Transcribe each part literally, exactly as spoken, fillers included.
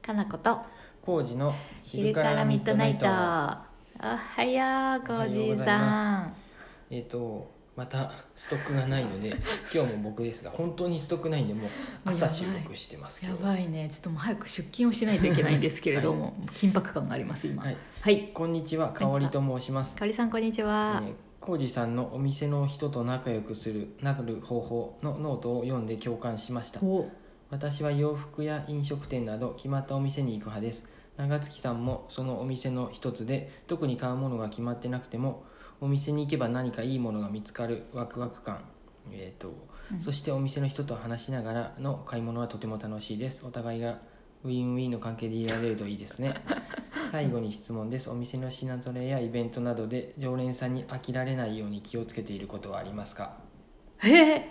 かなことコウジの昼からミッドナイト。おはようコウジさん。 えっ、ー、とまたストックがないので今日も僕ですが本当にストックないんでもう朝収録してますけど、 やばいね、ちょっともう早く出勤をしないといけないんですけれども、はい、緊迫感があります今。 はい、 はい、 こんにちは、かおりと申します。 かおりさんこんにちは。 えーコウジさんのお店の人と仲良くするなる方法のノートを読んで共感しました。私は洋服や飲食店など決まったお店に行く派です。長月さんもそのお店の一つで、特に買うものが決まってなくてもお店に行けば何かいいものが見つかるワクワク感、えーとうん、そしてお店の人と話しながらの買い物はとても楽しいです。お互いがウィンウィンの関係でいられるといいですね。最後に質問です。お店の品揃えやイベントなどで常連さんに飽きられないように気をつけていることはありますか？ え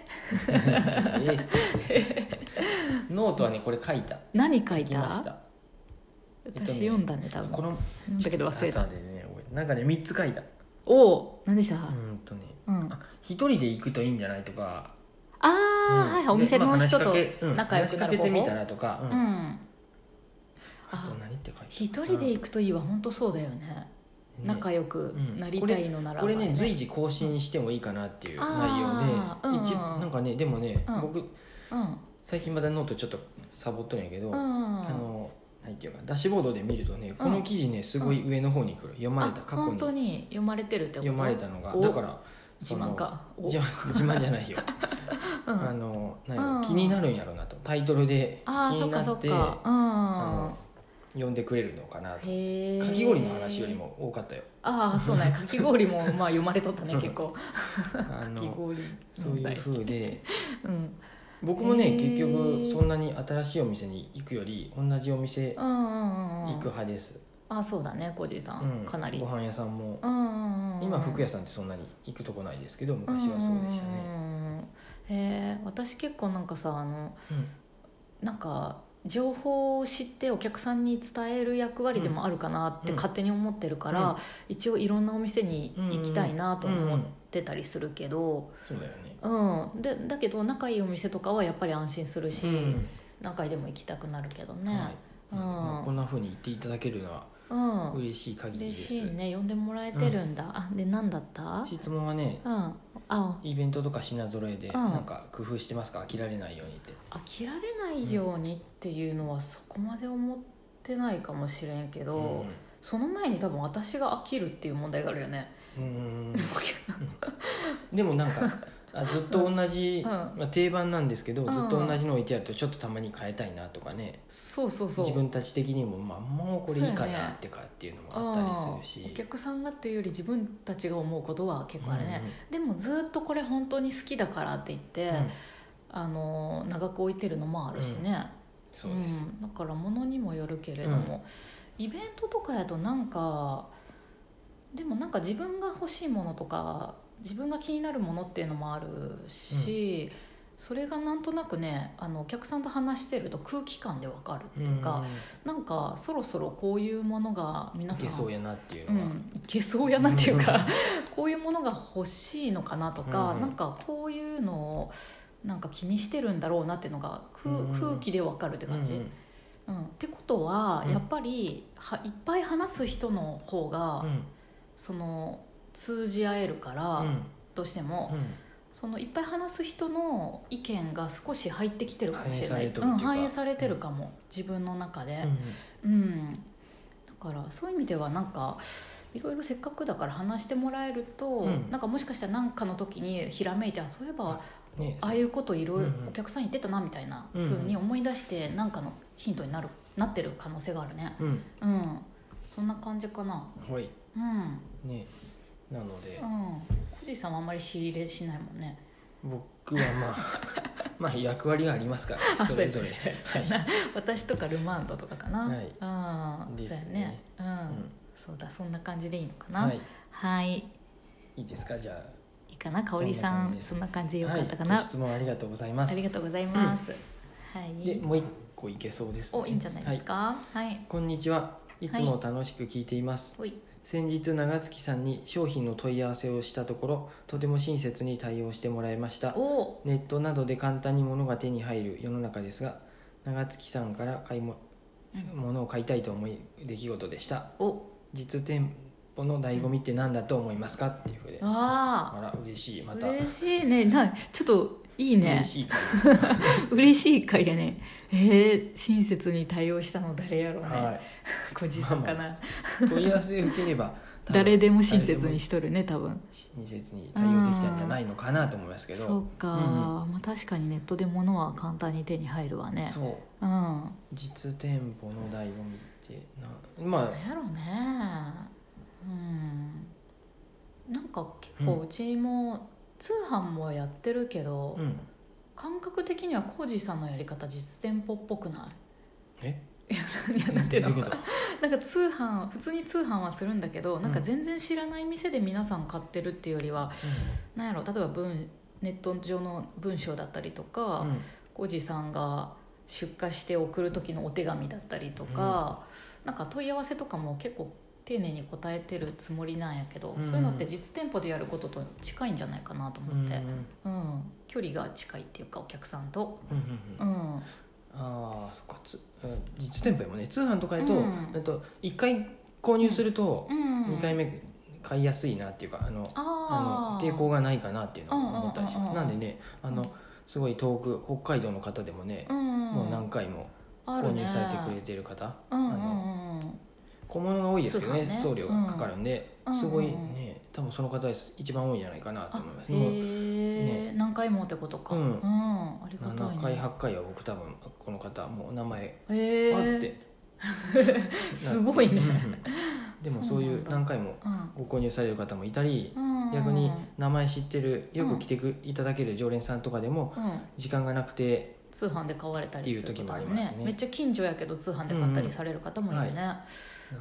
ノートはねこれ書いた。 何書いた？ 書きました。 私、えっとね、読んだね多分。このだけど忘れた。 朝でね、なんかねみっつ書いた。 おお、何でした？ うんとね、 うん、 一人で行くといいんじゃないとか。 ああ、うん、はい、お店の人と仲良くなる方法。話しかけてみたらとか。うん。うん、 あと何って書いてある？一人で行くといいわ、本当そうだよね。ね、仲良くなりたいのならば、ね、 これ、これね随時更新してもいいかなっていう内容で、うん、一なんかねでもね、うん、僕、うん、最近まだノートちょっとサボっとるんやけど、うん、あのなんていうかダッシュボードで見るとねこの記事ねすごい上の方に来る、読まれた過去に本当に読まれてるってこと？ 読まれたのがだから自慢か自慢じゃないよ、うん、あのなんやろ、うん、気になるんやろうなとタイトルで気になって、うん、あの読んでくれるのかなと。かき氷の話よりも多かったよ。 ああそうね、かき氷もまあ読まれとったね結構あのかき氷そういう風で、うん、僕もね結局そんなに新しいお店に行くより同じお店行く派です。 ああそうだね、コージーさん、うん、かなりご飯屋さんも、うんうん、今服屋さんってそんなに行くとこないですけど昔はそうでしたね。 うんへえ、私結構なんかさあの、うん、なんか情報を知ってお客さんに伝える役割でもあるかなって勝手に思ってるから、うん、一応いろんなお店に行きたいなと思ってたりするけど、 そうだよね、 うん、でだけど仲いいお店とかはやっぱり安心するし、うん、何回でも行きたくなるけどね、はい、 うんまあ、こんな風に言っていただけるのは嬉しい限りです。 嬉しいね、呼んでもらえてるんだ、うん、あで何だった？ 質問はね、うん、あイベントとか品揃えでなんか工夫してますか？飽きられないようにって。 飽きられないようにっていうのはそこまで思ってないかもしれんけど、うん、その前に多分私が飽きるっていう問題があるよね。うんでもなんかあずっと同じ、うんまあ、定番なんですけど、うん、ずっと同じの置いてあるとちょっとたまに変えたいなとかね。 そうそうそう、 自分たち的にも、まあ、もうこれいいかなってかっていうのもあったりするし、 お客さんがっていうより自分たちが思うことは結構あるね、うんうん、でもずっとこれ本当に好きだからって言って、うん、あの長く置いてるのもあるしね、うん、 そうです、うん、 だから物にもよるけれども、うん、イベントとかやとなんかでもなんか自分が欲しいものとか自分が気になるものっていうのもあるし、うん、それがなんとなくねあのお客さんと話してると空気感で分かるっていうか、うん、なんかそろそろこういうものが皆さんいけそうやなっていうのが、うん、 いけそうやなっていうかこういうものが欲しいのかなとか、うん、なんかこういうのをなんか気にしてるんだろうなっていうのが 空,、うん、空気で分かるって感じ、うんうん、ってことは、やっぱりはいっぱい話す人の方が、うん、その通じ合えるから、うん、どうしても、うん、そのいっぱい話す人の意見が少し入ってきてるかもしれない、うん、反映されてるかも、うん、自分の中で、うんうん、だからそういう意味ではなんかいろいろせっかくだから話してもらえると、うん、なんかもしかしたら何かの時にひらめいて、あそういえば、ね、ああいうこといろいろお客さん言ってたなみたいな風に思い出して何かのヒントになるなってる可能性があるね、うんうん、そんな感じかな。 はい、 うんね、なので、 うん、小路さんはあんまり仕入れしないもんね。 僕はまあまあ役割がありますからそれぞれはい、 私とかルマンドとかかな、はい、ああ、 ですね、 そうやね、うんうん、そうだ、そんな感じでいいのかな。はい、はい、 いいですか、じゃあいいかな、かおりさん、そんな感じでよかったかな。 はい、ご質問ありがとうございます。 ありがとうございます、うん、はい、 でもう一個いけそうですね。 お、いいんじゃないですか。はい、はい、 こんにちは、いつも楽しく聞いています、はい、先日長月さんに商品の問い合わせをしたところとても親切に対応してもらいました。ネットなどで簡単に物が手に入る世の中ですが、長月さんから買いもものを買いたいと思い出来事でした。 お実店舗の醍醐味って何だと思いますかっていうふうで、 ああら嬉しい、また嬉しいね。なちょっといいね。 嬉しい回です嬉しい回やね。えー、親切に対応したの誰やろうね、 はい、 小じさんかな、 まあ、問い合わせ受ければ誰でも親切にしとるね、多分親切に対応できたんじゃないのかなと思いますけど、 そうか、 うんうん、 まあ、確かにネットで物は簡単に手に入るわね。 そう、 うん、 実店舗の醍醐味ってな、まあなんやろうね。うん、なんか結構うちも通販もやってるけど、 うん、 感覚的にはコージーさんのやり方実店舗っぽくない？ えいや、なんていうのどういうこと？ なんか通販普通に通販はするんだけど、なんか全然知らない店で皆さん買ってるっていうよりは、うん、なんやろ、例えば文ネット上の文章だったりとか、うん、コージーさんが出荷して送る時のお手紙だったりとか、うん、なんか問い合わせとかも結構丁寧に答えてるつもりなんやけど、うん、そういうのって実店舗でやることと近いんじゃないかなと思って、うんうん、距離が近いっていうかお客さんと、うんうんうん、 ああ、そっか、つ実店舗もね、通販とかやと、うん、といっかい購入するとにかいめ買いやすいなっていうか、あのあの抵抗がないかなっていうのを思ったりします。なんでね、あのすごい遠く北海道の方でもね、うん、もう何回も購入されてくれてる方、あの小物が多いですけどね、ね、送料がかかるんで、うん、すごいね、多分その方です一番多いんじゃないかなと思います。 へえ、ね、何回もってことか、うん、うん、ありがたいね。ななかいはっかいは僕多分この方もう名前あってすごいねでもそういう何回もご購入される方もいたり、うん、逆に名前知ってるよく来てくいただける常連さんとかでも時間がなくて通販で買われたりするっていう時もありますね。 めっちゃ近所やけど通販で買ったりされる方もいるね、うんうん、はい、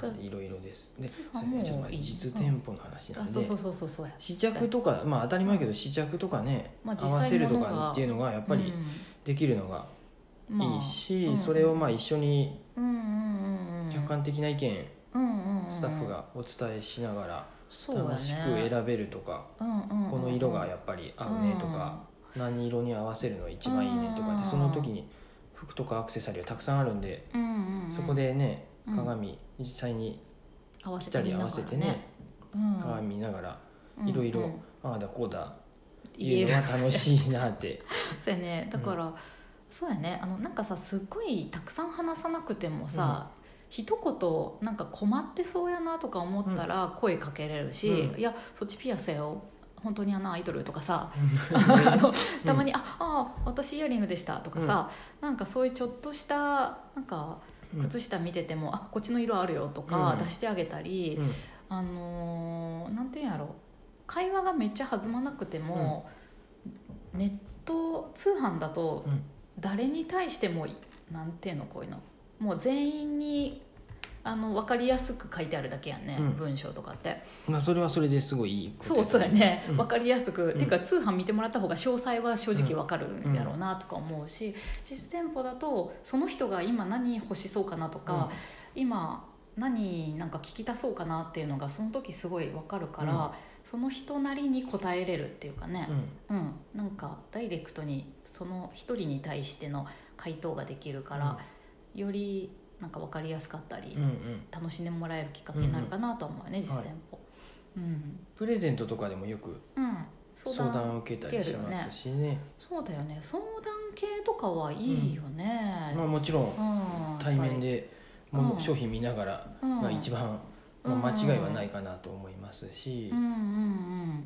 なんでいろいろです。で、それちょっと実店舗の話なんで、 そうそうそうそうそう、 試着とか、まあ当たり前やけど試着とかね、まあ、合わせるとかっていうのがやっぱりできるのがいいし、まあ、それをまあ一緒に客観的な意見、スタッフがお伝えしながら楽しく選べるとか、この色がやっぱり合うねとか、何色に合わせるの一番いいねとかで、その時に服とかアクセサリーはたくさんあるんで、そこでね、鏡実際に来たり合わせてね、鏡見ながらいろいろああだこうだ言うのは楽しいなってそうやね、だから、うん、そうやね、あのなんかさ、すっごいたくさん話さなくてもさ、うん、一言なんか困ってそうやなとか思ったら声かけれるし、うん、いやそっちピアスやよ本当にあのアイドルとかさあのたまに、うん、ああ私イヤリングでしたとかさ、うん、なんかそういうちょっとしたなんか靴下見てても、うん、あこっちの色あるよとか出してあげたり、うん、あのー、なんていうんやろ、会話がめっちゃ弾まなくても、うん、ネット通販だと誰に対してもなんていうの、こういうのもう全員にあの分かりやすく書いてあるだけやんね、うん、文章とかって、 まあ、それはそれですごいいいことそうそうやね、うん、分かりやすく、うん、ていうか通販見てもらった方が詳細は正直分かるんやろうなとか思うし、実店舗だとその人が今何欲しそうかなとか、うん、今何なんか聞きたそうかなっていうのがその時すごい分かるから、うん、その人なりに答えれるっていうかね、うんうん、なんかダイレクトにその一人に対しての回答ができるから、うん、よりなんか分かりやすかったり、うんうん、楽しんでもらえるきっかけになるかなとは思うよね、うんうん、実店舗、はい、うん、 プレゼントとかでもよく相談を受けたりしますしね、 ね、そうだよね、相談系とかはいいよね、 うん、まあ、もちろん対面でもの商品見ながらが一番、うん、まあ、間違いはないかなと思いますし、 うんうんうん、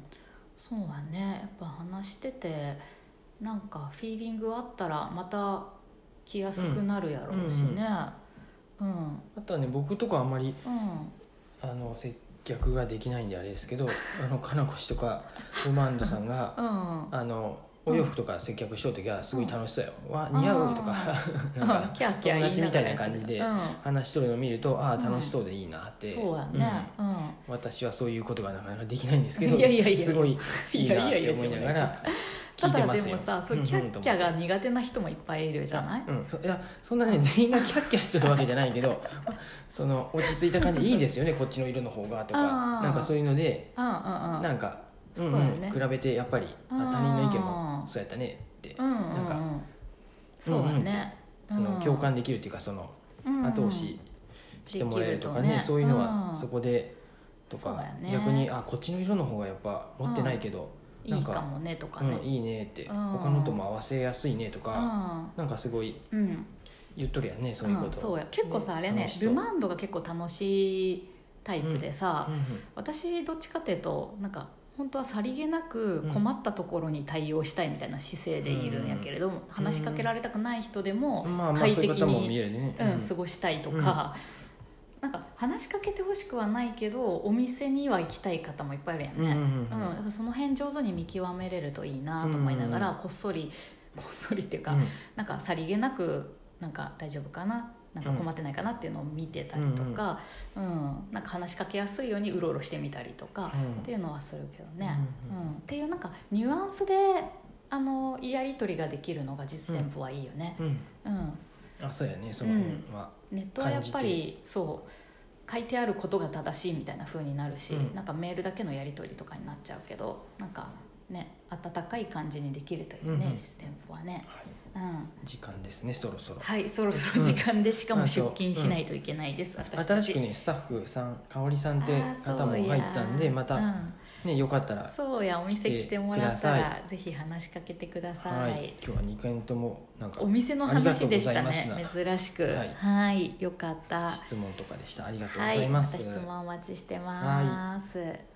そうはね、やっぱ話しててなんかフィーリングあったらまた来やすくなるやろうしね、うんうんうん、 あとはね、僕とかあんまり、うん、あの接客ができないんであれですけどあのかなこ氏とかルマンドさんが、うん、あのお洋服とか接客しとる時はすごい楽しそうよ、うん、わ似合うとかなんかキャーキャー友達みたいな感じで話しとるのを見ると、うん、ああ楽しそうでいいなって、 そうやね、うん、 私はそういうことがなかなかできないんですけど、 いやいやいやすごいいいなって思いながら聞いてますよ。 ただでもさ、そうキャッキャが苦手な人もいっぱいいるじゃない？ うん、そいやそんなね全員がキャッキャしてるわけじゃないけどその落ち着いた感じでいいですよねこっちの色の方がとかなんかそういうのでなんか、うんうん、ね、比べてやっぱり他人の意見もそうやったねって、うんうん、なんかそうだね、 うんうん、共感できるっていうかその後押ししてもらえるとかね、そういうのはそこでとか、逆にあこっちの色の方がやっぱ持ってないけど、 いいかもねとかね、 いいねって、他のとも合わせやすいねとか、なんかすごい言っとるやんね、そういうこと。 そうや、結構さあれね、ルマンドが結構楽しいタイプでさ、私どっちかっていうとなんか本当はさりげなく困ったところに対応したいみたいな姿勢でいるんやけれども、話しかけられたくない人でも快適に過ごしたいとか、なんか話しかけてほしくはないけどお店には行きたい方もいっぱいいるやんね、うん、だからその辺上手に見極めれるといいなと思いながら、こっそりこっそりっていうか、なんかさりげなくなんか大丈夫かな、なんか困ってないかなっていうのを見てたりとか、うんうん、なんか話しかけやすいようにうろうろしてみたりとか、うん、っていうのはするけどね、うんうん、っていうなんかニュアンスであのやり取りができるのが実店舗はいいよね、うんうん、 あそうやね、その辺は、 うん、ネットはやっぱりそう書いてあることが正しいみたいな風になるし、うん、なんかメールだけのやり取りとかになっちゃうけど、なんかね温かい感じにできるというね、うん、実店舗はね、はいうん、 時間ですね、そろそろ。 はい、そろそろ時間で、しかも出勤しないといけないです、 うん、新しくねスタッフさん、香織さんって方も入ったんで、また、うんね、よかったらそうや、お店来てもらったらぜひ話しかけてください。はい、 今日はにかいともなんかお店の話でしたね、珍しく、はい、はい、よかった。 質問とかでした。ありがとうございます。 はい、また質問お待ちしてます。はい。